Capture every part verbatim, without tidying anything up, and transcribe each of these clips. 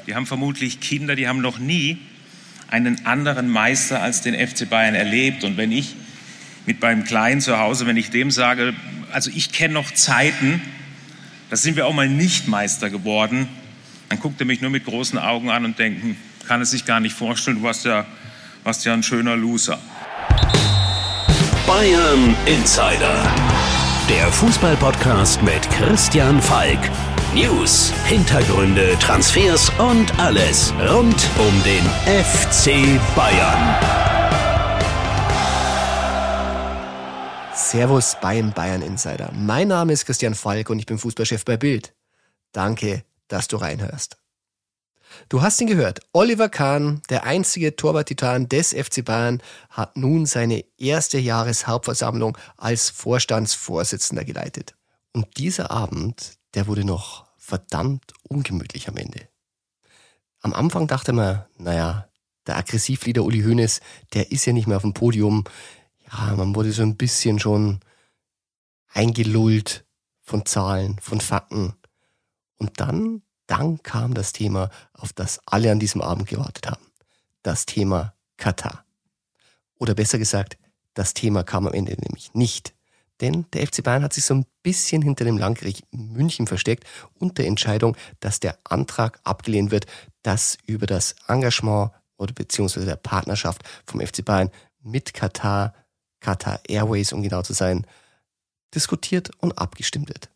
die haben vermutlich Kinder, die haben noch nie einen anderen Meister als den F C Bayern erlebt. Und wenn ich mit meinem Kleinen zu Hause, wenn ich dem sage, also ich kenne noch Zeiten, da sind wir auch mal nicht Meister geworden, dann guckt er mich nur mit großen Augen an und denkt, hm, kann es sich gar nicht vorstellen, du warst ja, warst ja ein schöner Loser. Bayern Insider, der Fußball-Podcast mit Christian Falk. News, Hintergründe, Transfers und alles rund um den F C Bayern. Servus beim Bayern Insider. Mein Name ist Christian Falk und ich bin Fußballchef bei Bild. Danke, dass du reinhörst. Du hast ihn gehört. Oliver Kahn, der einzige Torwarttitan des F C Bayern, hat nun seine erste Jahreshauptversammlung als Vorstandsvorsitzender geleitet. Und dieser Abend, der wurde noch verdammt ungemütlich am Ende. Am Anfang dachte man, naja, der Aggressivleader Uli Hoeneß, der ist ja nicht mehr auf dem Podium. Ja, man wurde so ein bisschen schon eingelullt von Zahlen, von Fakten. Und dann, dann kam das Thema, auf das alle an diesem Abend gewartet haben. Das Thema Katar. Oder besser gesagt, das Thema kam am Ende nämlich nicht. Denn der F C Bayern hat sich so ein bisschen hinter dem Landgericht München versteckt und der Entscheidung, dass der Antrag abgelehnt wird, dass über das Engagement oder beziehungsweise der Partnerschaft vom F C Bayern mit Katar, Qatar Airways, um genau zu sein, diskutiert und abgestimmt wird.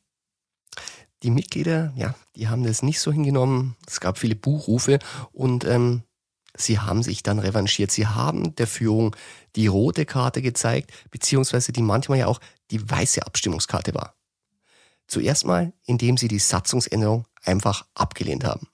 Die Mitglieder, ja, die haben das nicht so hingenommen. Es gab viele Buhrufe und ähm, sie haben sich dann revanchiert. Sie haben der Führung die rote Karte gezeigt, beziehungsweise die manchmal ja auch die weiße Abstimmungskarte war. Zuerst mal, indem sie die Satzungsänderung einfach abgelehnt haben.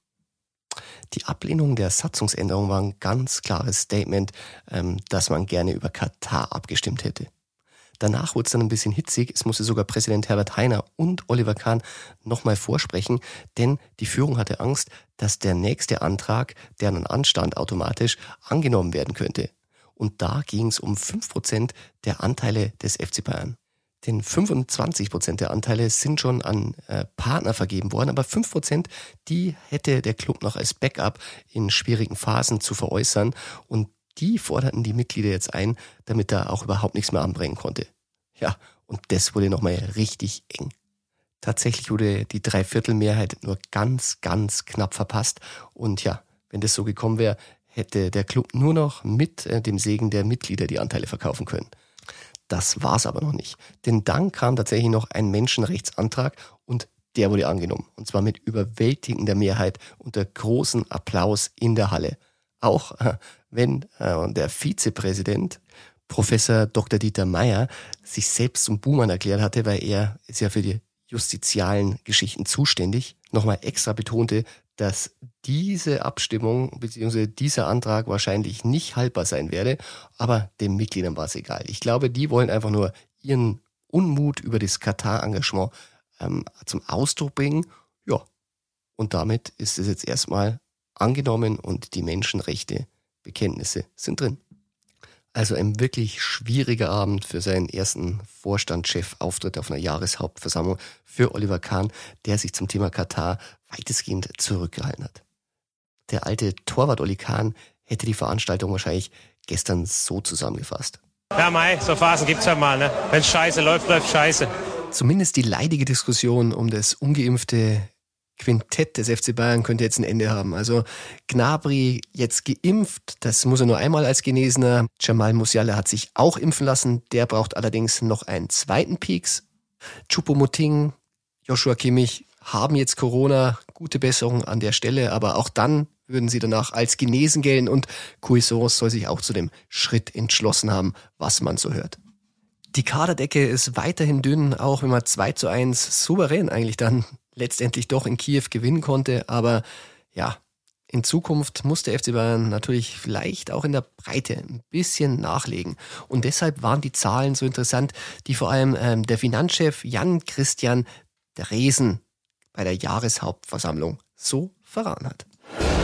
Die Ablehnung der Satzungsänderung war ein ganz klares Statement, ähm, dass man gerne über Katar abgestimmt hätte. Danach wurde es dann ein bisschen hitzig. Es musste sogar Präsident Herbert Hainer und Oliver Kahn nochmal vorsprechen, denn die Führung hatte Angst, dass der nächste Antrag, der dann anstand, automatisch angenommen werden könnte. Und da ging es um fünf Prozent der Anteile des F C Bayern. Denn fünfundzwanzig Prozent der Anteile sind schon an äh, Partner vergeben worden, aber fünf Prozent, die hätte der Club noch als Backup in schwierigen Phasen zu veräußern und die forderten die Mitglieder jetzt ein, damit er auch überhaupt nichts mehr anbringen konnte. Ja, und das wurde nochmal richtig eng. Tatsächlich wurde die Dreiviertelmehrheit nur ganz, ganz knapp verpasst. Und ja, wenn das so gekommen wäre, hätte der Club nur noch mit äh, dem Segen der Mitglieder die Anteile verkaufen können. Das war's aber noch nicht. Denn dann kam tatsächlich noch ein Menschenrechtsantrag und der wurde angenommen. Und zwar mit überwältigender Mehrheit unter großem Applaus in der Halle. Auch äh, wenn äh, der Vizepräsident, Professor Doktor Dieter Meier, sich selbst zum Buhmann erklärt hatte, weil er ist ja für die justizialen Geschichten zuständig, nochmal extra betonte, dass diese Abstimmung bzw. dieser Antrag wahrscheinlich nicht haltbar sein werde, aber den Mitgliedern war es egal. Ich glaube, die wollen einfach nur ihren Unmut über das Katar-Engagement ähm, zum Ausdruck bringen. Ja, und damit ist es jetzt erstmal angenommen und die Menschenrechte, Bekenntnisse sind drin. Also ein wirklich schwieriger Abend für seinen ersten Vorstandschef-Auftritt auf einer Jahreshauptversammlung für Oliver Kahn, der sich zum Thema Katar weitestgehend zurückgehalten hat. Der alte Torwart Oli Kahn hätte die Veranstaltung wahrscheinlich gestern so zusammengefasst. Ja, mei, so Phasen gibt's ja mal, ne? Wenn scheiße läuft, läuft scheiße. Zumindest die leidige Diskussion um das ungeimpfte Quintett des F C Bayern könnte jetzt ein Ende haben. Also Gnabry jetzt geimpft, das muss er nur einmal als Genesener. Jamal Musiala hat sich auch impfen lassen, der braucht allerdings noch einen zweiten Peaks. Choupo-Moting, Joshua Kimmich haben jetzt Corona, gute Besserung an der Stelle, aber auch dann würden sie danach als genesen gelten und Cuisance soll sich auch zu dem Schritt entschlossen haben, was man so hört. Die Kaderdecke ist weiterhin dünn, auch wenn man zwei zu eins souverän eigentlich dann letztendlich doch in Kiew gewinnen konnte. Aber ja, in Zukunft muss der F C Bayern natürlich vielleicht auch in der Breite ein bisschen nachlegen. Und deshalb waren die Zahlen so interessant, die vor allem ähm, der Finanzchef Jan-Christian Dresen bei der Jahreshauptversammlung so verraten hat.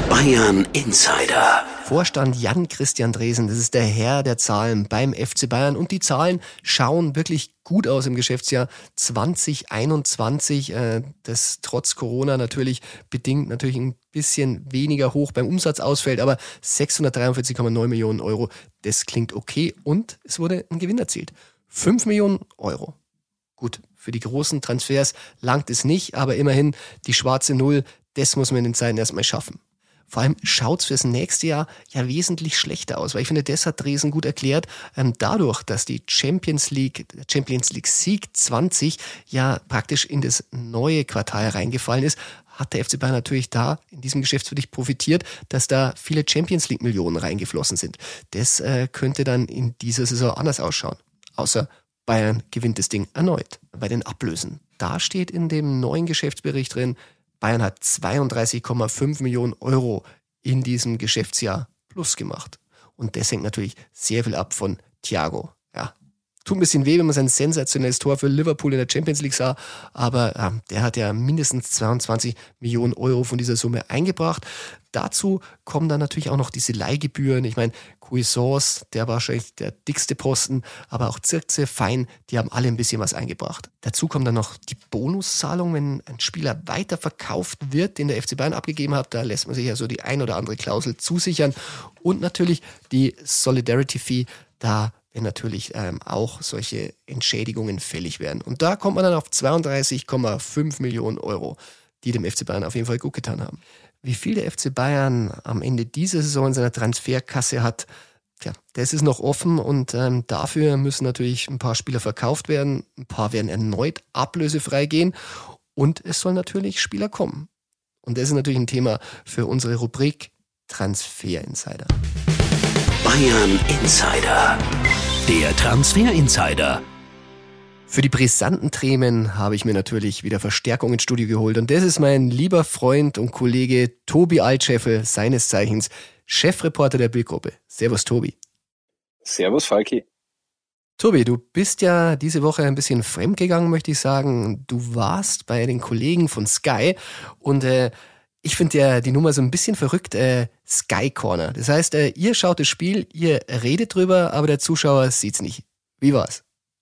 Bayern Insider. Vorstand Jan-Christian Dresen, das ist der Herr der Zahlen beim F C Bayern. Und die Zahlen schauen wirklich gut aus im Geschäftsjahr zwanzig einundzwanzig. Äh, das trotz Corona natürlich bedingt natürlich ein bisschen weniger hoch beim Umsatz ausfällt. Aber sechshundertdreiundvierzig Komma neun Millionen Euro, das klingt okay. Und es wurde ein Gewinn erzielt. fünf Millionen Euro. Gut, für die großen Transfers langt es nicht. Aber immerhin die schwarze Null, das muss man in den Zeiten erstmal schaffen. Vor allem schaut es fürs nächste Jahr ja wesentlich schlechter aus, weil ich finde, das hat Dresen gut erklärt. Ähm, dadurch, dass die Champions League, Champions League Sieg zwanzig ja praktisch in das neue Quartal reingefallen ist, hat der F C Bayern natürlich da in diesem Geschäftsbericht profitiert, dass da viele Champions League Millionen reingeflossen sind. Das äh, könnte dann in dieser Saison anders ausschauen. Außer Bayern gewinnt das Ding erneut. Bei den Ablösen, da steht in dem neuen Geschäftsbericht drin, Bayern hat zweiunddreißig Komma fünf Millionen Euro in diesem Geschäftsjahr plus gemacht. Und das hängt natürlich sehr viel ab von Thiago. Ja, tut ein bisschen weh, wenn man sein sensationelles Tor für Liverpool in der Champions League sah. Aber ja, der hat ja mindestens zweiundzwanzig Millionen Euro von dieser Summe eingebracht. Dazu kommen dann natürlich auch noch diese Leihgebühren. Ich meine, Cuisance, der war wahrscheinlich der dickste Posten, aber auch Zirkzee, Fein, die haben alle ein bisschen was eingebracht. Dazu kommt dann noch die Bonuszahlung, wenn ein Spieler weiterverkauft wird, den der F C Bayern abgegeben hat. Da lässt man sich ja so die ein oder andere Klausel zusichern. Und natürlich die Solidarity Fee, da wenn natürlich ähm, auch solche Entschädigungen fällig werden. Und da kommt man dann auf zweiunddreißig Komma fünf Millionen Euro, die dem F C Bayern auf jeden Fall gut getan haben. Wie viel der F C Bayern am Ende dieser Saison in seiner Transferkasse hat, tja, das ist noch offen und ähm, dafür müssen natürlich ein paar Spieler verkauft werden, ein paar werden erneut ablösefrei gehen und es sollen natürlich Spieler kommen. Und das ist natürlich ein Thema für unsere Rubrik Transfer Insider. Bayern Insider. Der Transfer Insider. Für die brisanten Themen habe ich mir natürlich wieder Verstärkung ins Studio geholt. Und das ist mein lieber Freund und Kollege Tobi Altscheffel, seines Zeichens Chefreporter der Bild-Gruppe. Servus, Tobi. Servus, Falki. Tobi, du bist ja diese Woche ein bisschen fremdgegangen, möchte ich sagen. Du warst bei den Kollegen von Sky und äh, ich finde ja die Nummer so ein bisschen verrückt, äh, Sky Corner. Das heißt, äh, ihr schaut das Spiel, ihr redet drüber, aber der Zuschauer sieht's nicht. Wie war's?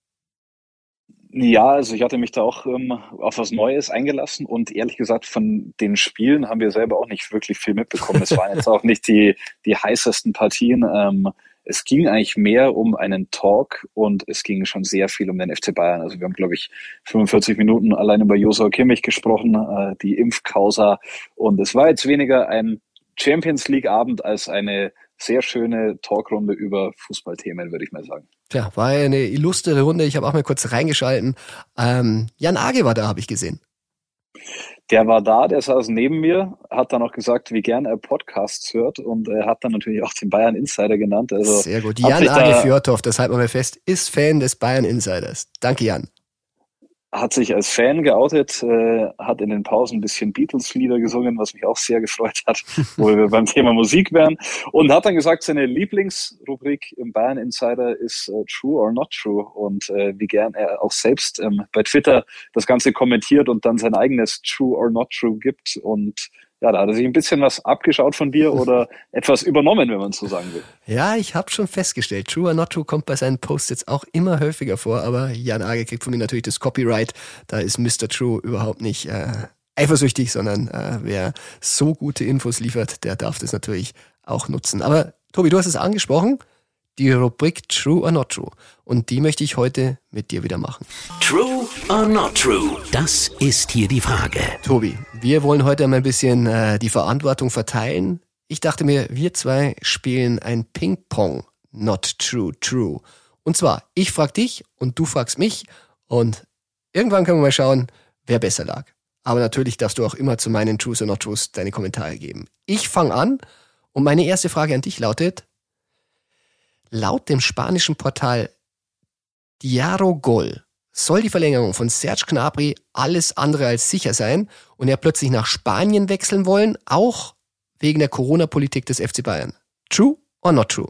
Ja, also ich hatte mich da auch ähm, auf was Neues eingelassen und ehrlich gesagt von den Spielen haben wir selber auch nicht wirklich viel mitbekommen. Es waren jetzt auch nicht die die heißesten Partien. Ähm, es ging eigentlich mehr um einen Talk und es ging schon sehr viel um den F C Bayern. Also wir haben, glaube ich, fünfundvierzig Minuten allein über Joshua Kimmich gesprochen, äh, die Impfcausa, und es war jetzt weniger ein Champions League Abend als eine sehr schöne Talkrunde über Fußballthemen, würde ich mal sagen. Tja, war eine illustre Runde. Ich habe auch mal kurz reingeschalten. Ähm, Jan Age war da, habe ich gesehen. Der war da, der saß neben mir, hat dann auch gesagt, wie gern er Podcasts hört und er hat dann natürlich auch den Bayern Insider genannt. Also sehr gut. Jan Age Fjordhoff, das halten wir mal fest, ist Fan des Bayern Insiders. Danke, Jan. Hat sich als Fan geoutet, äh, hat in den Pausen ein bisschen Beatles-Lieder gesungen, was mich auch sehr gefreut hat, wo wir beim Thema Musik wären. Und hat dann gesagt, seine Lieblingsrubrik im Bayern Insider ist äh, True or Not True. Und äh, wie gern er auch selbst ähm, bei Twitter das Ganze kommentiert und dann sein eigenes True or Not True gibt. Und ja, da hat er sich ein bisschen was abgeschaut von dir oder etwas übernommen, wenn man so sagen will. Ja, ich habe schon festgestellt, True or Not True kommt bei seinen Posts jetzt auch immer häufiger vor, aber Jan Age kriegt von mir natürlich das Copyright. Da ist Mister True überhaupt nicht äh, eifersüchtig, sondern äh, wer so gute Infos liefert, der darf das natürlich auch nutzen. Aber Tobi, du hast es angesprochen, die Rubrik True or Not True. Und die möchte ich heute mit dir wieder machen. True or Not True? Das ist hier die Frage. Tobi, wir wollen heute mal ein bisschen äh, die Verantwortung verteilen. Ich dachte mir, wir zwei spielen ein Ping-Pong. Not True, True. Und zwar, ich frag dich und du fragst mich. Und irgendwann können wir mal schauen, wer besser lag. Aber natürlich darfst du auch immer zu meinen Trues or Not Trues deine Kommentare geben. Ich fange an und meine erste Frage an dich lautet: Laut dem spanischen Portal Diario Gol soll die Verlängerung von Serge Gnabry alles andere als sicher sein und er plötzlich nach Spanien wechseln wollen, auch wegen der Corona-Politik des F C Bayern. True or not true?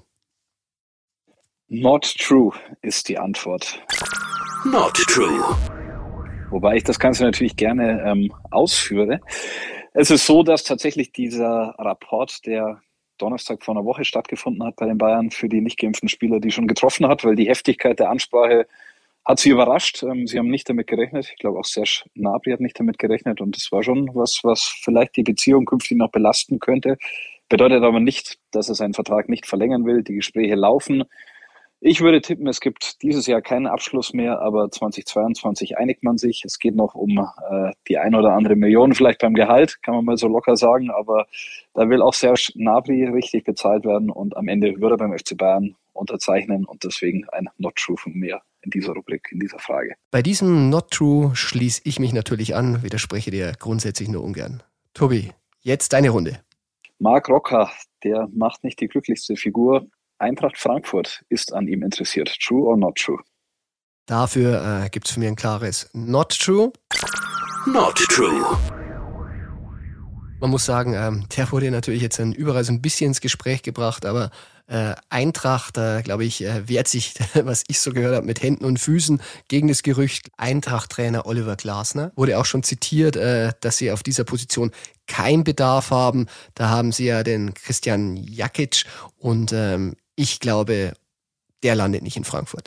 Not true ist die Antwort. Not true. Wobei ich das Ganze natürlich gerne ähm, ausführe. Es ist so, dass tatsächlich dieser Rapport, der Donnerstag vor einer Woche stattgefunden hat bei den Bayern, für die nicht geimpften Spieler, die schon getroffen hat, weil die Heftigkeit der Ansprache hat sie überrascht. Sie haben nicht damit gerechnet. Ich glaube, auch Serge Gnabry hat nicht damit gerechnet. Und das war schon was, was vielleicht die Beziehung künftig noch belasten könnte. Bedeutet aber nicht, dass er seinen Vertrag nicht verlängern will. Die Gespräche laufen. Ich würde tippen, es gibt dieses Jahr keinen Abschluss mehr, aber zweitausendzweiundzwanzig einigt man sich. Es geht noch um äh, die ein oder andere Million, vielleicht beim Gehalt, kann man mal so locker sagen. Aber da will auch Serge Gnabry richtig bezahlt werden und am Ende würde er beim F C Bayern unterzeichnen und deswegen ein Not True von mir in dieser Rubrik, in dieser Frage. Bei diesem Not True schließe ich mich natürlich an, widerspreche dir grundsätzlich nur ungern. Tobi, jetzt deine Runde. Marc Roca, der macht nicht die glücklichste Figur. Eintracht Frankfurt ist an ihm interessiert. True or not true? Dafür äh, gibt es für mich ein klares Not True. Not true. Man muss sagen, ähm, der wurde natürlich jetzt dann überall so ein bisschen ins Gespräch gebracht, aber äh, Eintracht, äh, glaube ich, äh, wehrt sich, was ich so gehört habe, mit Händen und Füßen gegen das Gerücht. Eintracht-Trainer Oliver Glasner wurde auch schon zitiert, äh, dass sie auf dieser Position keinen Bedarf haben. Da haben sie ja den Christian Jakic und ähm, ich glaube, der landet nicht in Frankfurt.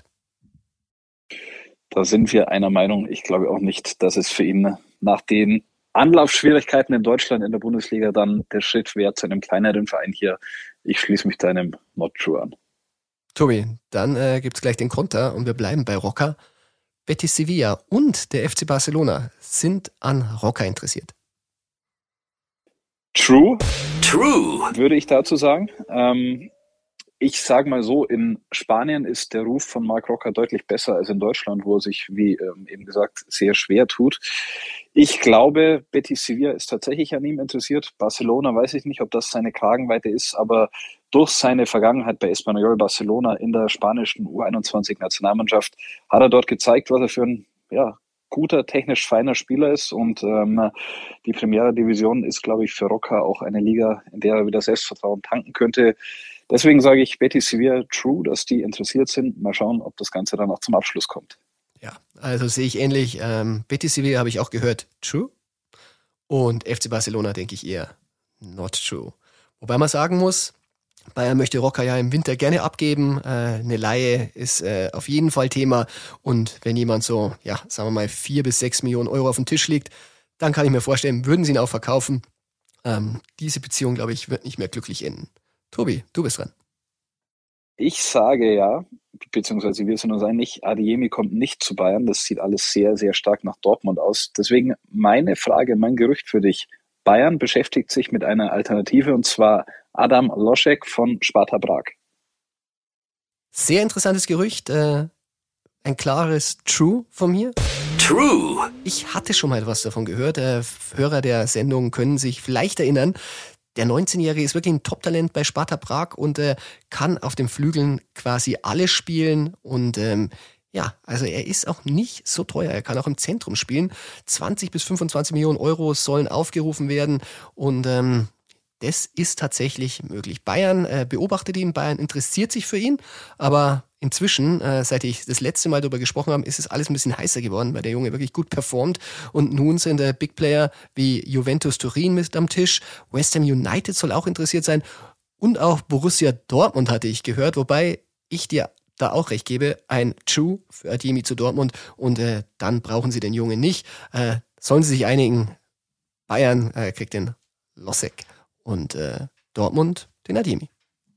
Da sind wir einer Meinung. Ich glaube auch nicht, dass es für ihn nach den Anlaufschwierigkeiten in Deutschland in der Bundesliga dann der Schritt wäre zu einem kleineren Verein hier. Ich schließe mich deinem Not True an. Tobi, dann äh, gibt es gleich den Konter und wir bleiben bei Roca. Betis Sevilla und der F C Barcelona sind an Roca interessiert. True. True. Würde ich dazu sagen. Ähm, ich sage mal so, in Spanien ist der Ruf von Marc Roca deutlich besser als in Deutschland, wo er sich, wie ähm, eben gesagt, sehr schwer tut. Ich glaube, Betis Sevilla ist tatsächlich an ihm interessiert. Barcelona weiß ich nicht, ob das seine Kragenweite ist, aber durch seine Vergangenheit bei Espanyol Barcelona in der spanischen U einundzwanzig-Nationalmannschaft hat er dort gezeigt, was er für ein ja, guter, technisch feiner Spieler ist. Und ähm, die Primera Division ist, glaube ich, für Roca auch eine Liga, in der er wieder Selbstvertrauen tanken könnte. Deswegen sage ich Betis Sevilla true, dass die interessiert sind. Mal schauen, ob das Ganze dann auch zum Abschluss kommt. Ja, also sehe ich ähnlich. Ähm, Betis Sevilla habe ich auch gehört, true. Und F C Barcelona denke ich eher not true. Wobei man sagen muss, Bayern möchte Roca ja im Winter gerne abgeben. Äh, eine Leihe ist äh, auf jeden Fall Thema. Und wenn jemand so, ja, sagen wir mal, vier bis sechs Millionen Euro auf dem Tisch liegt, dann kann ich mir vorstellen, würden sie ihn auch verkaufen. Ähm, diese Beziehung, glaube ich, wird nicht mehr glücklich enden. Tobi, du bist dran. Ich sage ja, beziehungsweise wir sind uns einig, Adeyemi kommt nicht zu Bayern. Das sieht alles sehr, sehr stark nach Dortmund aus. Deswegen meine Frage, mein Gerücht für dich. Bayern beschäftigt sich mit einer Alternative und zwar Adam Loschek von Sparta Prag. Sehr interessantes Gerücht. Äh, ein klares True von mir. True. Ich hatte schon mal etwas davon gehört. Äh, Hörer der Sendung können sich vielleicht erinnern. Der neunzehnjährige ist wirklich ein Top-Talent bei Sparta Prag und äh, kann auf den Flügeln quasi alles spielen. Und ähm, ja, also er ist auch nicht so teuer. Er kann auch im Zentrum spielen. zwanzig bis fünfundzwanzig Millionen Euro sollen aufgerufen werden. Und ähm, das ist tatsächlich möglich. Bayern äh, beobachtet ihn, Bayern interessiert sich für ihn. Aber inzwischen, äh, seit ich das letzte Mal darüber gesprochen habe, ist es alles ein bisschen heißer geworden, weil der Junge wirklich gut performt. Und nun sind äh, Big Player wie Juventus Turin mit am Tisch. West Ham United soll auch interessiert sein. Und auch Borussia Dortmund hatte ich gehört. Wobei ich dir da auch recht gebe, ein True für Adeyemi zu Dortmund. Und äh, dann brauchen sie den Jungen nicht. Äh, sollen sie sich einigen, Bayern äh, kriegt den Loschek und äh, Dortmund den Adeyemi.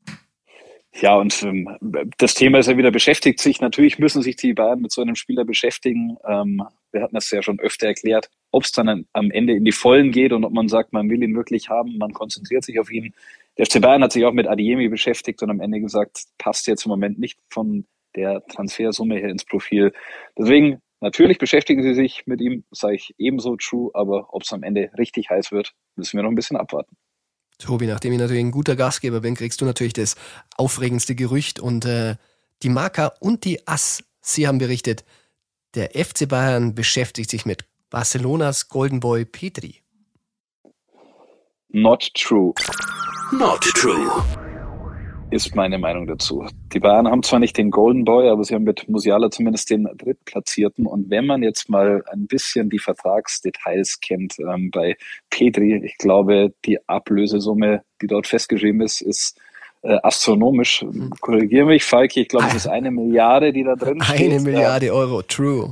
Ja, und ähm, das Thema ist ja wieder, beschäftigt sich. Natürlich müssen sich die Bayern mit so einem Spieler beschäftigen. Ähm, wir hatten das ja schon öfter erklärt, ob es dann am Ende in die Vollen geht und ob man sagt, man will ihn wirklich haben, man konzentriert sich auf ihn. Der F C Bayern hat sich auch mit Adeyemi beschäftigt und am Ende gesagt, passt jetzt im Moment nicht von der Transfersumme her ins Profil. Deswegen, natürlich beschäftigen sie sich mit ihm, sage ich ebenso true, aber ob es am Ende richtig heiß wird, müssen wir noch ein bisschen abwarten. Tobi, nachdem ich natürlich ein guter Gastgeber bin, kriegst du natürlich das aufregendste Gerücht. Und äh, die Marca und die A S, sie haben berichtet, der F C Bayern beschäftigt sich mit Barcelonas Golden Boy Pedri. Not true. Not true. ist meine Meinung dazu. Die Bayern haben zwar nicht den Golden Boy, aber sie haben mit Musiala zumindest den Drittplatzierten. Und wenn man jetzt mal ein bisschen die Vertragsdetails kennt ähm, bei Pedri, ich glaube, die Ablösesumme, die dort festgeschrieben ist, ist äh, astronomisch. Hm. Korrigiere mich, Falki, ich glaube, es ist eine Milliarde, die da drin steht. Eine Milliarde Euro, true.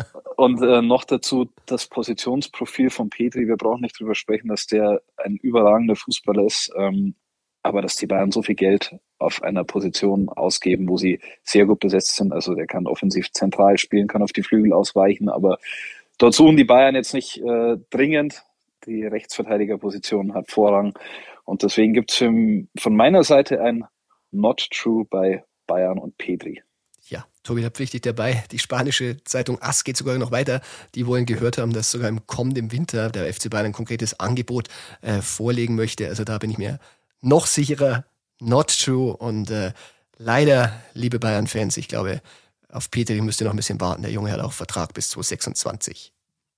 Und äh, noch dazu das Positionsprofil von Pedri. Wir brauchen nicht drüber sprechen, dass der ein überragender Fußballer ist. Ähm, aber dass die Bayern so viel Geld auf einer Position ausgeben, wo sie sehr gut besetzt sind. Also der kann offensiv zentral spielen, kann auf die Flügel ausweichen. Aber dort suchen die Bayern jetzt nicht äh, dringend. Die Rechtsverteidigerposition hat Vorrang. Und deswegen gibt es von meiner Seite ein Not True bei Bayern und Pedri. Ja, Tobi, da pflichte ich dabei. Die spanische Zeitung A S geht sogar noch weiter. Die wollen gehört haben, dass sogar im kommenden Winter der F C Bayern ein konkretes Angebot äh, vorlegen möchte. Also da bin ich mir noch sicherer. Not true. Und äh, leider, liebe Bayern-Fans, ich glaube, auf Pedri müsst ihr noch ein bisschen warten. Der Junge hat auch Vertrag bis zwanzig sechsundzwanzig.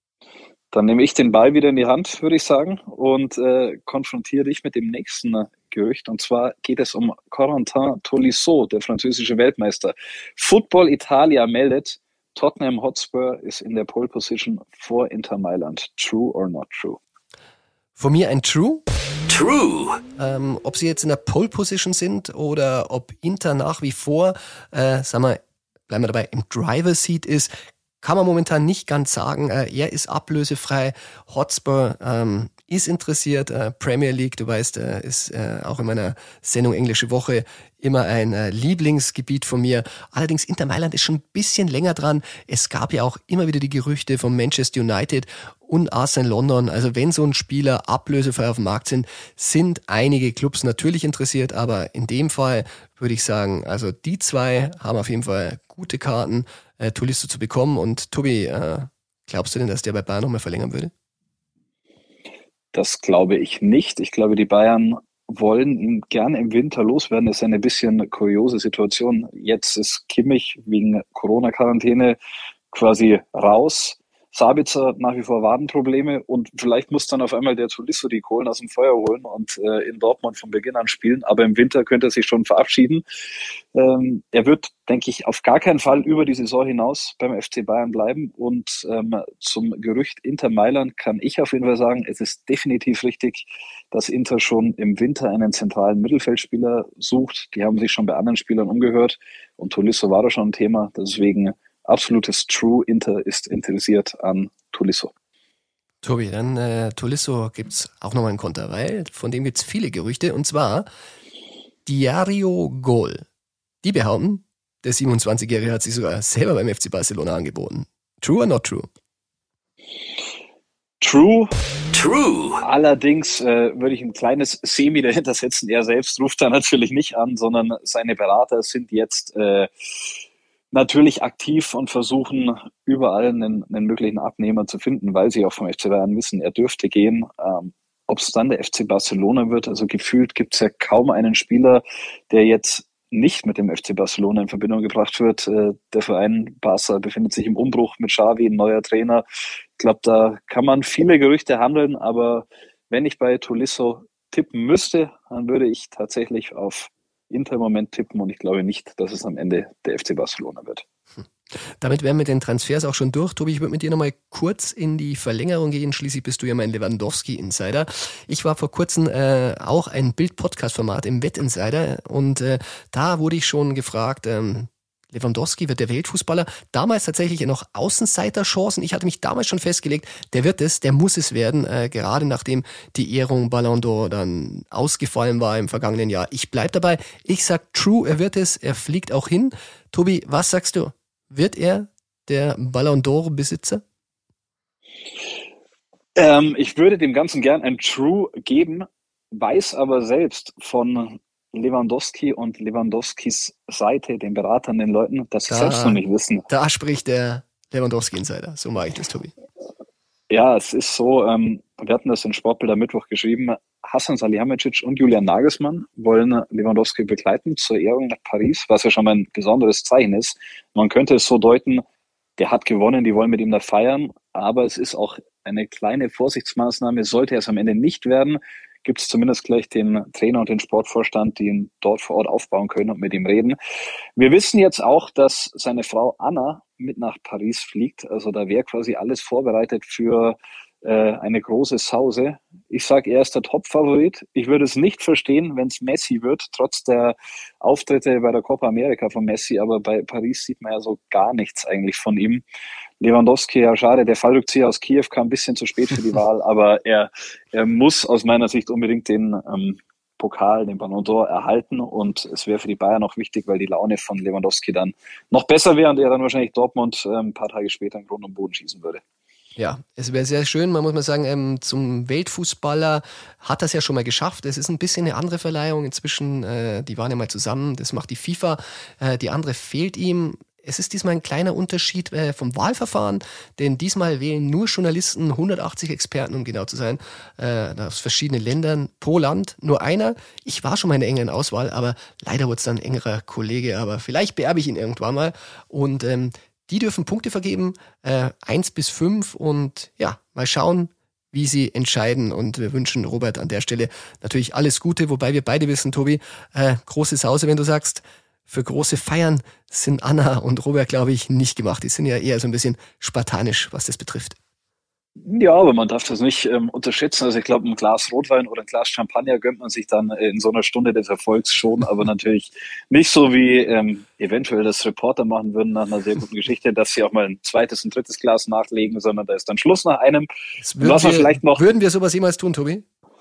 Dann nehme ich den Ball wieder in die Hand, würde ich sagen, und äh, konfrontiere dich mit dem nächsten Gerücht. Und zwar geht es um Corentin Tolisso, der französische Weltmeister. Football Italia meldet, Tottenham Hotspur ist in der Pole Position vor Inter Mailand. True or not true? Von mir ein True. True. Ähm, ob sie jetzt in der Pole Position sind oder ob Inter nach wie vor, äh, sagen wir, bleiben wir dabei, im Driver Seat ist, kann man momentan nicht ganz sagen. Äh, er ist ablösefrei. Hotspur ähm, ist interessiert. Äh, Premier League, du weißt, äh, ist äh, auch in meiner Sendung Englische Woche immer ein äh, Lieblingsgebiet von mir. Allerdings Inter Mailand ist schon ein bisschen länger dran. Es gab ja auch immer wieder die Gerüchte von Manchester United und Arsenal London. Also wenn so ein Spieler ablösefrei auf dem Markt sind, sind einige Clubs natürlich interessiert. Aber in dem Fall würde ich sagen, also die zwei haben auf jeden Fall gute Karten, äh, Tolisso zu bekommen. Und Tobi, äh, glaubst du denn, dass der bei Bayern nochmal verlängern würde? Das glaube ich nicht. Ich glaube, die Bayern wollen ihn gerne im Winter loswerden. Das ist eine bisschen kuriose Situation. Jetzt ist Kimmich wegen Corona-Quarantäne quasi raus. Sabitzer nach wie vor Wadenprobleme und vielleicht muss dann auf einmal der Tolisso die Kohlen aus dem Feuer holen und äh, in Dortmund von Beginn an spielen. Aber im Winter könnte er sich schon verabschieden. Ähm, er wird, denke ich, auf gar keinen Fall über die Saison hinaus beim F C Bayern bleiben. Und ähm, zum Gerücht Inter Mailand kann ich auf jeden Fall sagen, es ist definitiv richtig, dass Inter schon im Winter einen zentralen Mittelfeldspieler sucht. Die haben sich schon bei anderen Spielern umgehört und Tolisso war da schon ein Thema. Deswegen absolutes True, Inter ist interessiert an Tolisso. Tobi, dann äh, Tolisso gibt's auch nochmal einen Konter, weil von dem gibt's viele Gerüchte. Und zwar Diario Gol. Die behaupten, der siebenundzwanzigjährige hat sich sogar selber beim F C Barcelona angeboten. True or not true? True. True. Allerdings äh, würde ich ein kleines Semi dahinter setzen. Er selbst ruft da natürlich nicht an, sondern seine Berater sind jetzt äh, natürlich aktiv und versuchen überall einen, einen möglichen Abnehmer zu finden, weil sie auch vom F C Bayern wissen, er dürfte gehen. Ähm, ob es dann der F C Barcelona wird, also gefühlt gibt es ja kaum einen Spieler, der jetzt nicht mit dem F C Barcelona in Verbindung gebracht wird. Äh, der Verein Barca befindet sich im Umbruch mit Xavi, ein neuer Trainer. Ich glaube, da kann man viele Gerüchte handeln, aber wenn ich bei Tolisso tippen müsste, dann würde ich tatsächlich auf Inter im Moment tippen und ich glaube nicht, dass es am Ende der F C Barcelona wird. Damit wären wir den Transfers auch schon durch. Tobi, ich würde mit dir nochmal kurz in die Verlängerung gehen. Schließlich bist du ja mein Lewandowski-Insider. Ich war vor kurzem äh, auch ein Bild-Podcast-Format im Wettinsider und äh, da wurde ich schon gefragt, ähm, Lewandowski wird der Weltfußballer. Damals tatsächlich noch Außenseiterchancen. Ich hatte mich damals schon festgelegt, der wird es, der muss es werden, äh, gerade nachdem die Ehrung Ballon d'Or dann ausgefallen war im vergangenen Jahr. Ich bleib dabei. Ich sag true, er wird es, er fliegt auch hin. Tobi, was sagst du? Wird er der Ballon d'Or-Besitzer? Ähm, ich würde dem Ganzen gern ein True geben, weiß aber selbst von Lewandowski und Lewandowskis Seite, den Beratern, den Leuten, dass sie selbst noch nicht wissen. Da spricht der Lewandowski-Insider. So mache ich das, Tobi. Ja, es ist so, ähm, wir hatten das in Sportbild am Mittwoch geschrieben, Hasan Salihamidzic und Julian Nagelsmann wollen Lewandowski begleiten zur Ehrung nach Paris, was ja schon mal ein besonderes Zeichen ist. Man könnte es so deuten, der hat gewonnen, die wollen mit ihm da feiern, aber es ist auch eine kleine Vorsichtsmaßnahme, sollte es am Ende nicht werden, gibt es zumindest gleich den Trainer und den Sportvorstand, die ihn dort vor Ort aufbauen können und mit ihm reden. Wir wissen jetzt auch, dass seine Frau Anna mit nach Paris fliegt. Also da wäre quasi alles vorbereitet für eine große Sause. Ich sage, er ist der Top-Favorit. Ich würde es nicht verstehen, wenn es Messi wird, trotz der Auftritte bei der Copa America von Messi, aber bei Paris sieht man ja so gar nichts eigentlich von ihm. Lewandowski, ja schade, der Fallrückzieher aus Kiew kam ein bisschen zu spät für die Wahl, aber er, er muss aus meiner Sicht unbedingt den ähm, Pokal, den Ballon d'Or erhalten und es wäre für die Bayern noch wichtig, weil die Laune von Lewandowski dann noch besser wäre und er dann wahrscheinlich Dortmund äh, ein paar Tage später im Grund und Boden schießen würde. Ja, es wäre sehr schön, man muss mal sagen, ähm, zum Weltfußballer hat das ja schon mal geschafft. Es ist ein bisschen eine andere Verleihung inzwischen, äh, die waren ja mal zusammen, das macht die FIFA, äh, die andere fehlt ihm. Es ist diesmal ein kleiner Unterschied äh, vom Wahlverfahren, denn diesmal wählen nur Journalisten hundertachtzig Experten, um genau zu sein, äh, aus verschiedenen Ländern pro Land, nur einer. Ich war schon mal in der engeren Auswahl, aber leider wurde es dann ein engerer Kollege, aber vielleicht beerbe ich ihn irgendwann mal und ähm, die dürfen Punkte vergeben, äh, eins bis fünf und ja, mal schauen, wie sie entscheiden. Und wir wünschen Robert an der Stelle natürlich alles Gute, wobei wir beide wissen, Tobi, äh, große Sause, wenn du sagst, für große Feiern sind Anna und Robert, glaube ich, nicht gemacht. Die sind ja eher so ein bisschen spartanisch, was das betrifft. Ja, aber man darf das nicht ähm, unterschätzen. Also ich glaube, ein Glas Rotwein oder ein Glas Champagner gönnt man sich dann in so einer Stunde des Erfolgs schon, aber natürlich nicht so, wie ähm, eventuell das Reporter machen würden nach einer sehr guten Geschichte, dass sie auch mal ein zweites und drittes Glas nachlegen, sondern da ist dann Schluss nach einem. Würden, was man wir, vielleicht noch, würden wir sowas jemals tun, Tobi?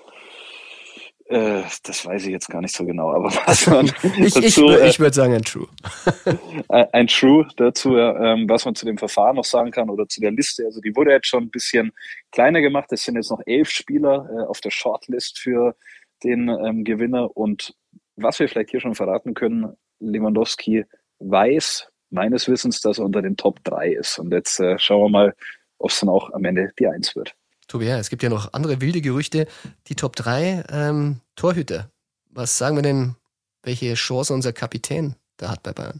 Äh, das weiß ich jetzt gar nicht so genau, aber was man ich, dazu, ich, ich würde sagen ein True. ein True dazu, ähm, was man zu dem Verfahren noch sagen kann oder zu der Liste. Also die wurde jetzt schon ein bisschen kleiner gemacht. Es sind jetzt noch elf Spieler äh, auf der Shortlist für den ähm, Gewinner. Und was wir vielleicht hier schon verraten können, Lewandowski weiß meines Wissens, dass er unter den Top drei ist. Und jetzt äh, schauen wir mal, ob es dann auch am Ende die Eins wird. Tobi, ja, es gibt ja noch andere wilde Gerüchte. Die Top drei ähm, Torhüter. Was sagen wir denn, welche Chance unser Kapitän da hat bei Bayern?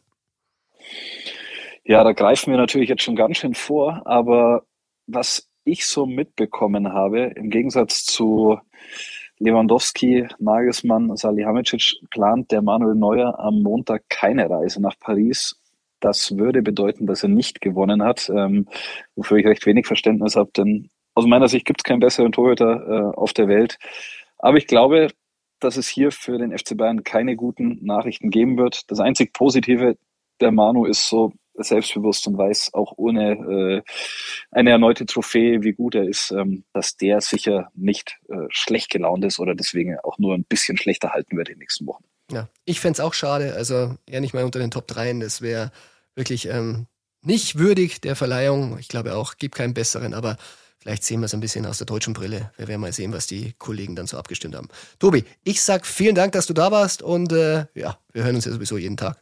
Ja, da greifen wir natürlich jetzt schon ganz schön vor, aber was ich so mitbekommen habe, im Gegensatz zu Lewandowski, Nagelsmann, Salihamidzic, plant der Manuel Neuer am Montag keine Reise nach Paris. Das würde bedeuten, dass er nicht gewonnen hat, ähm, wofür ich recht wenig Verständnis habe, denn aus meiner Sicht gibt es keinen besseren Torhüter äh, auf der Welt. Aber ich glaube, dass es hier für den F C Bayern keine guten Nachrichten geben wird. Das einzig Positive, der Manu ist so selbstbewusst und weiß auch ohne äh, eine erneute Trophäe, wie gut er ist, ähm, dass der sicher nicht äh, schlecht gelaunt ist oder deswegen auch nur ein bisschen schlechter halten wird in den nächsten Wochen. Ja, ich fände es auch schade. Also eher nicht mal unter den Top drei. Das wäre wirklich ähm, nicht würdig der Verleihung. Ich glaube auch, gibt keinen besseren, aber vielleicht sehen wir es ein bisschen aus der deutschen Brille. Wir werden mal sehen, was die Kollegen dann so abgestimmt haben. Tobi, ich sag vielen Dank, dass du da warst und äh, ja, wir hören uns ja sowieso jeden Tag.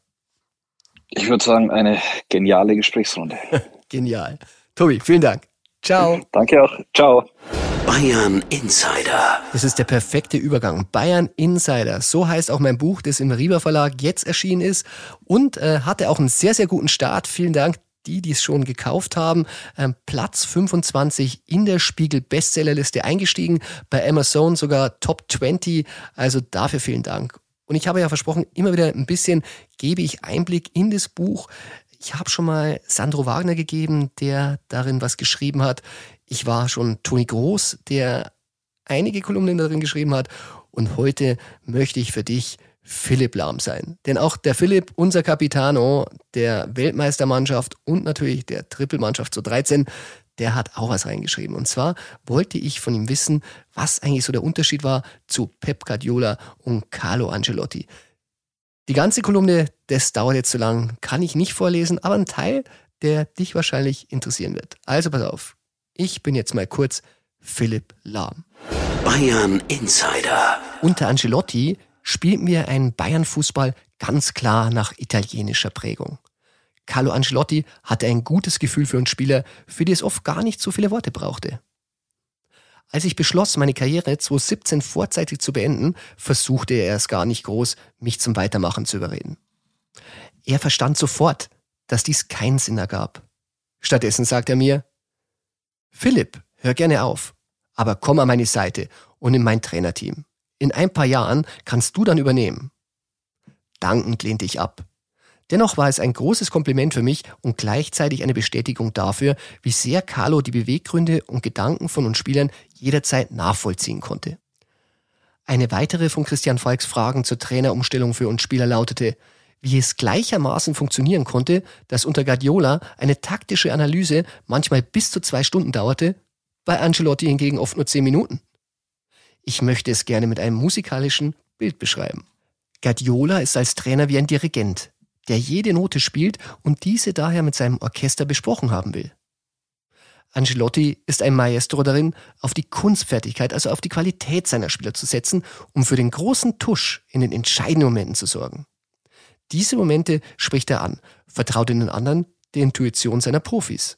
Ich würde sagen, eine geniale Gesprächsrunde. Genial. Tobi, vielen Dank. Ciao. Danke auch. Ciao. Bayern Insider. Das ist der perfekte Übergang. Bayern Insider. So heißt auch mein Buch, das im Riva Verlag jetzt erschienen ist und äh, hatte auch einen sehr, sehr guten Start. Vielen Dank. Die, die es schon gekauft haben, ähm, Platz fünfundzwanzig in der Spiegel-Bestsellerliste eingestiegen, bei Amazon sogar Top zwanzig, also dafür vielen Dank. Und ich habe ja versprochen, immer wieder ein bisschen gebe ich Einblick in das Buch. Ich habe schon mal Sandro Wagner gegeben, der darin was geschrieben hat. Ich war schon Toni Groß, der einige Kolumnen darin geschrieben hat. Und heute möchte ich für dich Philipp Lahm sein. Denn auch der Philipp, unser Capitano der Weltmeistermannschaft und natürlich der Trippelmannschaft zu dreizehn, der hat auch was reingeschrieben. Und zwar wollte ich von ihm wissen, was eigentlich so der Unterschied war zu Pep Guardiola und Carlo Ancelotti. Die ganze Kolumne, das dauert jetzt zu lang, kann ich nicht vorlesen, aber ein Teil, der dich wahrscheinlich interessieren wird. Also pass auf, ich bin jetzt mal kurz Philipp Lahm. Bayern Insider. Unter Ancelotti spielten wir einen Bayern-Fußball ganz klar nach italienischer Prägung. Carlo Ancelotti hatte ein gutes Gefühl für uns Spieler, für die es oft gar nicht so viele Worte brauchte. Als ich beschloss, meine Karriere zwanzig siebzehn vorzeitig zu beenden, versuchte er es gar nicht groß, mich zum Weitermachen zu überreden. Er verstand sofort, dass dies keinen Sinn ergab. Stattdessen sagt er mir: Philipp, hör gerne auf, aber komm an meine Seite und in mein Trainerteam. In ein paar Jahren kannst du dann übernehmen. Dankend lehnte ich ab. Dennoch war es ein großes Kompliment für mich und gleichzeitig eine Bestätigung dafür, wie sehr Carlo die Beweggründe und Gedanken von uns Spielern jederzeit nachvollziehen konnte. Eine weitere von Christian Falks Fragen zur Trainerumstellung für uns Spieler lautete, wie es gleichermaßen funktionieren konnte, dass unter Guardiola eine taktische Analyse manchmal bis zu zwei Stunden dauerte, bei Ancelotti hingegen oft nur zehn Minuten. Ich möchte es gerne mit einem musikalischen Bild beschreiben. Guardiola ist als Trainer wie ein Dirigent, der jede Note spielt und diese daher mit seinem Orchester besprochen haben will. Ancelotti ist ein Maestro darin, auf die Kunstfertigkeit, also auf die Qualität seiner Spieler zu setzen, um für den großen Tusch in den entscheidenden Momenten zu sorgen. Diese Momente spricht er an, vertraut in den anderen die Intuition seiner Profis.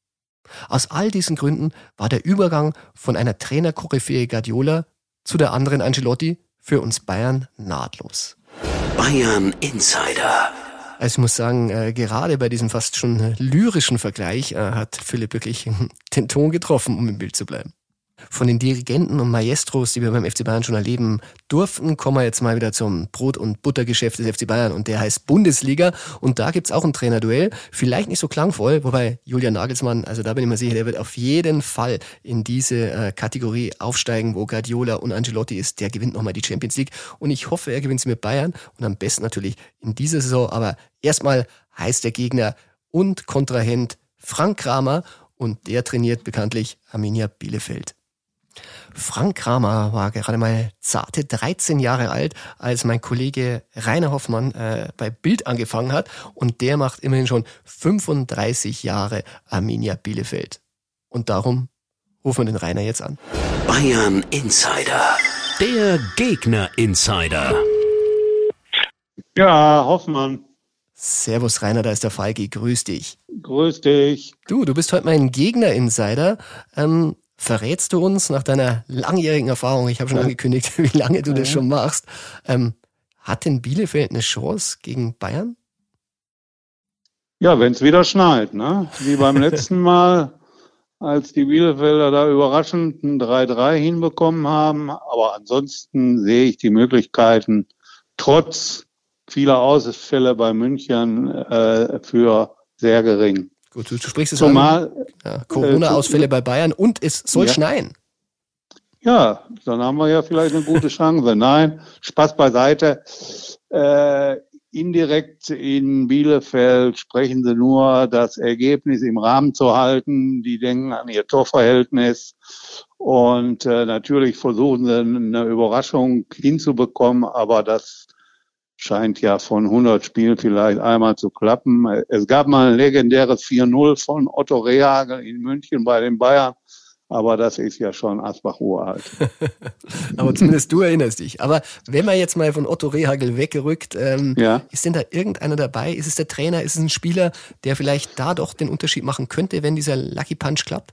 Aus all diesen Gründen war der Übergang von einer Trainer-Koryphäe Guardiola zu der anderen Ancelotti für uns Bayern nahtlos. Bayern Insider. Also ich muss sagen, äh, gerade bei diesem fast schon äh, lyrischen Vergleich äh, hat Philipp wirklich den Ton getroffen, um im Bild zu bleiben. Von den Dirigenten und Maestros, die wir beim F C Bayern schon erleben durften, kommen wir jetzt mal wieder zum Brot- und Buttergeschäft des F C Bayern und der heißt Bundesliga und da gibt's auch ein Trainerduell, vielleicht nicht so klangvoll, wobei Julian Nagelsmann, also da bin ich mir sicher, der wird auf jeden Fall in diese äh, Kategorie aufsteigen, wo Guardiola und Ancelotti ist, der gewinnt nochmal die Champions League und ich hoffe, er gewinnt sie mit Bayern und am besten natürlich in dieser Saison, aber erstmal heißt der Gegner und Kontrahent Frank Kramer und der trainiert bekanntlich Arminia Bielefeld. Frank Kramer war gerade mal zarte dreizehn Jahre alt, als mein Kollege Rainer Hoffmann äh, bei Bild angefangen hat und der macht immerhin schon fünfunddreißig Jahre Arminia Bielefeld. Und darum rufen wir den Rainer jetzt an. Bayern Insider. Der Gegner Insider. Ja, Hoffmann. Servus Rainer, da ist der Falki, grüß dich. Grüß dich. Du, du bist heute mein Gegner Insider. Ähm, Verrätst du uns nach deiner langjährigen Erfahrung, ich habe schon angekündigt, wie lange du das schon machst, ähm, hat denn Bielefeld eine Chance gegen Bayern? Ja, wenn es wieder schneit, ne? Wie beim letzten Mal, als die Bielefelder da überraschend ein drei drei hinbekommen haben. Aber ansonsten sehe ich die Möglichkeiten, trotz vieler Ausfälle bei München, äh, für sehr gering. Gut, du, du sprichst es Zumal, an. Ja, Corona-Ausfälle äh, bei Bayern und es soll ja. schneien. Ja, dann haben wir ja vielleicht eine gute Chance. Nein, Spaß beiseite. Äh, indirekt in Bielefeld sprechen sie nur, das Ergebnis im Rahmen zu halten. Die denken an ihr Torverhältnis. Und äh, natürlich versuchen sie eine Überraschung hinzubekommen, aber das scheint ja von hundert Spielen vielleicht einmal zu klappen. Es gab mal ein legendäres vier null von Otto Rehhagel in München bei den Bayern, aber das ist ja schon Asbach uralt. Aber zumindest du erinnerst dich. Aber wenn man jetzt mal von Otto Rehhagel weggerückt, ähm, ja. ist denn da irgendeiner dabei? Ist es der Trainer? Ist es ein Spieler, der vielleicht da doch den Unterschied machen könnte, wenn dieser Lucky Punch klappt?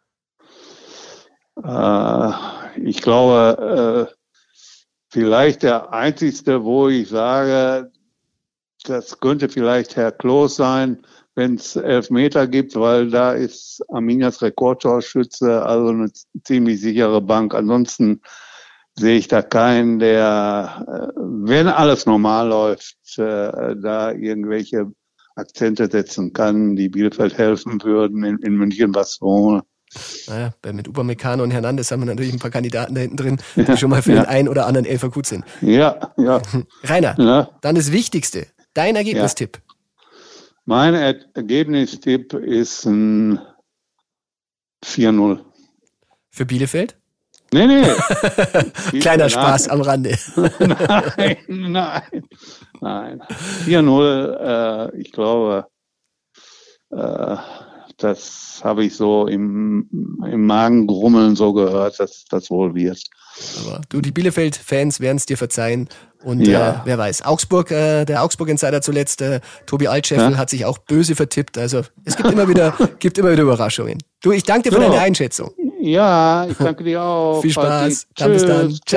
Äh, ich glaube, äh, vielleicht der einzigste, wo ich sage, das könnte vielleicht Herr Klos sein, wenn es Elfmeter gibt, weil da ist Arminias Rekordtorschütze, also eine ziemlich sichere Bank. Ansonsten sehe ich da keinen, der, wenn alles normal läuft, da irgendwelche Akzente setzen kann, die Bielefeld helfen würden, in, in München, Barcelona. Naja, mit Upamecano und Hernandez haben wir natürlich ein paar Kandidaten da hinten drin, die ja, schon mal für ja. den einen oder anderen Elfer gut sind. Ja, ja. Rainer, ja. dann das Wichtigste, dein Ergebnistipp. Ja. Mein er- Ergebnistipp ist ein vier null. Für Bielefeld? Nee, nee. Kleiner Spaß am Rande. Nein, nein, nein. vier null, äh, ich glaube, äh, das habe ich so im, im Magengrummeln so gehört, dass das wohl wird. Aber du, die Bielefeld-Fans werden es dir verzeihen. Und ja. äh, wer weiß, Augsburg, äh, der Augsburg-Insider zuletzt, äh, Tobi Altscheffel, ja. hat sich auch böse vertippt. Also es gibt immer wieder, gibt immer wieder Überraschungen. Du, ich danke dir für so. deine Einschätzung. Ja, ich danke dir auch. Viel Spaß. Dann bis dann. Tschüss.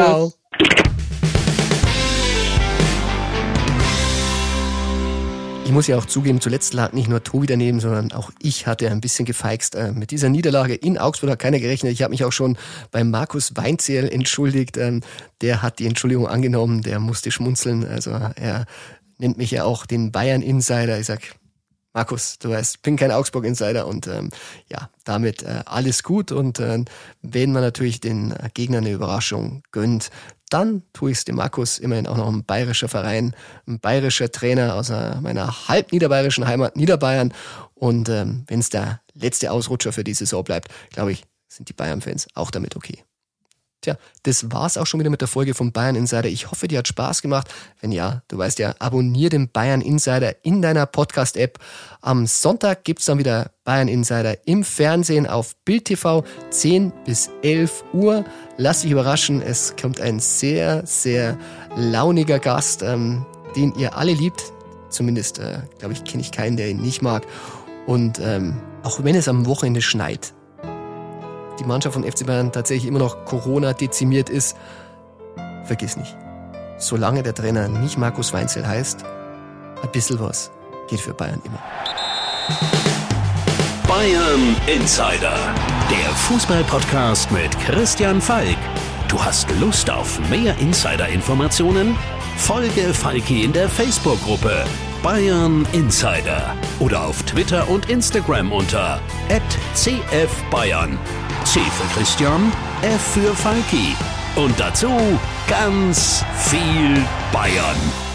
Ich muss ja auch zugeben, zuletzt lag nicht nur Tobi daneben, sondern auch ich hatte ein bisschen gefeixt. Äh, mit dieser Niederlage in Augsburg hat keiner gerechnet. Ich habe mich auch schon bei Markus Weinzierl entschuldigt. Ähm, der hat die Entschuldigung angenommen, der musste schmunzeln. Also er nennt mich ja auch den Bayern-Insider. Ich sag, Markus, du weißt, ich bin kein Augsburg-Insider und ähm, ja, damit äh, alles gut. Und äh, wenn man natürlich den Gegner eine Überraschung gönnt, dann tue ich es dem Markus, immerhin auch noch ein bayerischer Verein, ein bayerischer Trainer aus meiner halb niederbayerischen Heimat Niederbayern. Und ähm, wenn es der letzte Ausrutscher für die Saison bleibt, glaube ich, sind die Bayern-Fans auch damit okay. Tja, das war's auch schon wieder mit der Folge vom Bayern Insider. Ich hoffe, dir hat Spaß gemacht. Wenn ja, du weißt ja, abonnier den Bayern Insider in deiner Podcast-App. Am Sonntag gibt's dann wieder Bayern Insider im Fernsehen auf Bild T V, zehn bis elf Uhr. Lass dich überraschen, es kommt ein sehr, sehr launiger Gast, ähm, den ihr alle liebt. Zumindest, äh, glaube ich, kenne ich keinen, der ihn nicht mag. Und ähm, auch wenn es am Wochenende schneit, die Mannschaft von F C Bayern tatsächlich immer noch Corona dezimiert ist, vergiss nicht, solange der Trainer nicht Markus Weinzierl heißt, ein bisschen was geht für Bayern immer. Bayern Insider, der Fußball-Podcast mit Christian Falk. Du hast Lust auf mehr Insider-Informationen? Folge Falki in der Facebook-Gruppe Bayern Insider oder auf Twitter und Instagram unter at c f bayern. C für Christian, F für Falki. Und dazu ganz viel Bayern.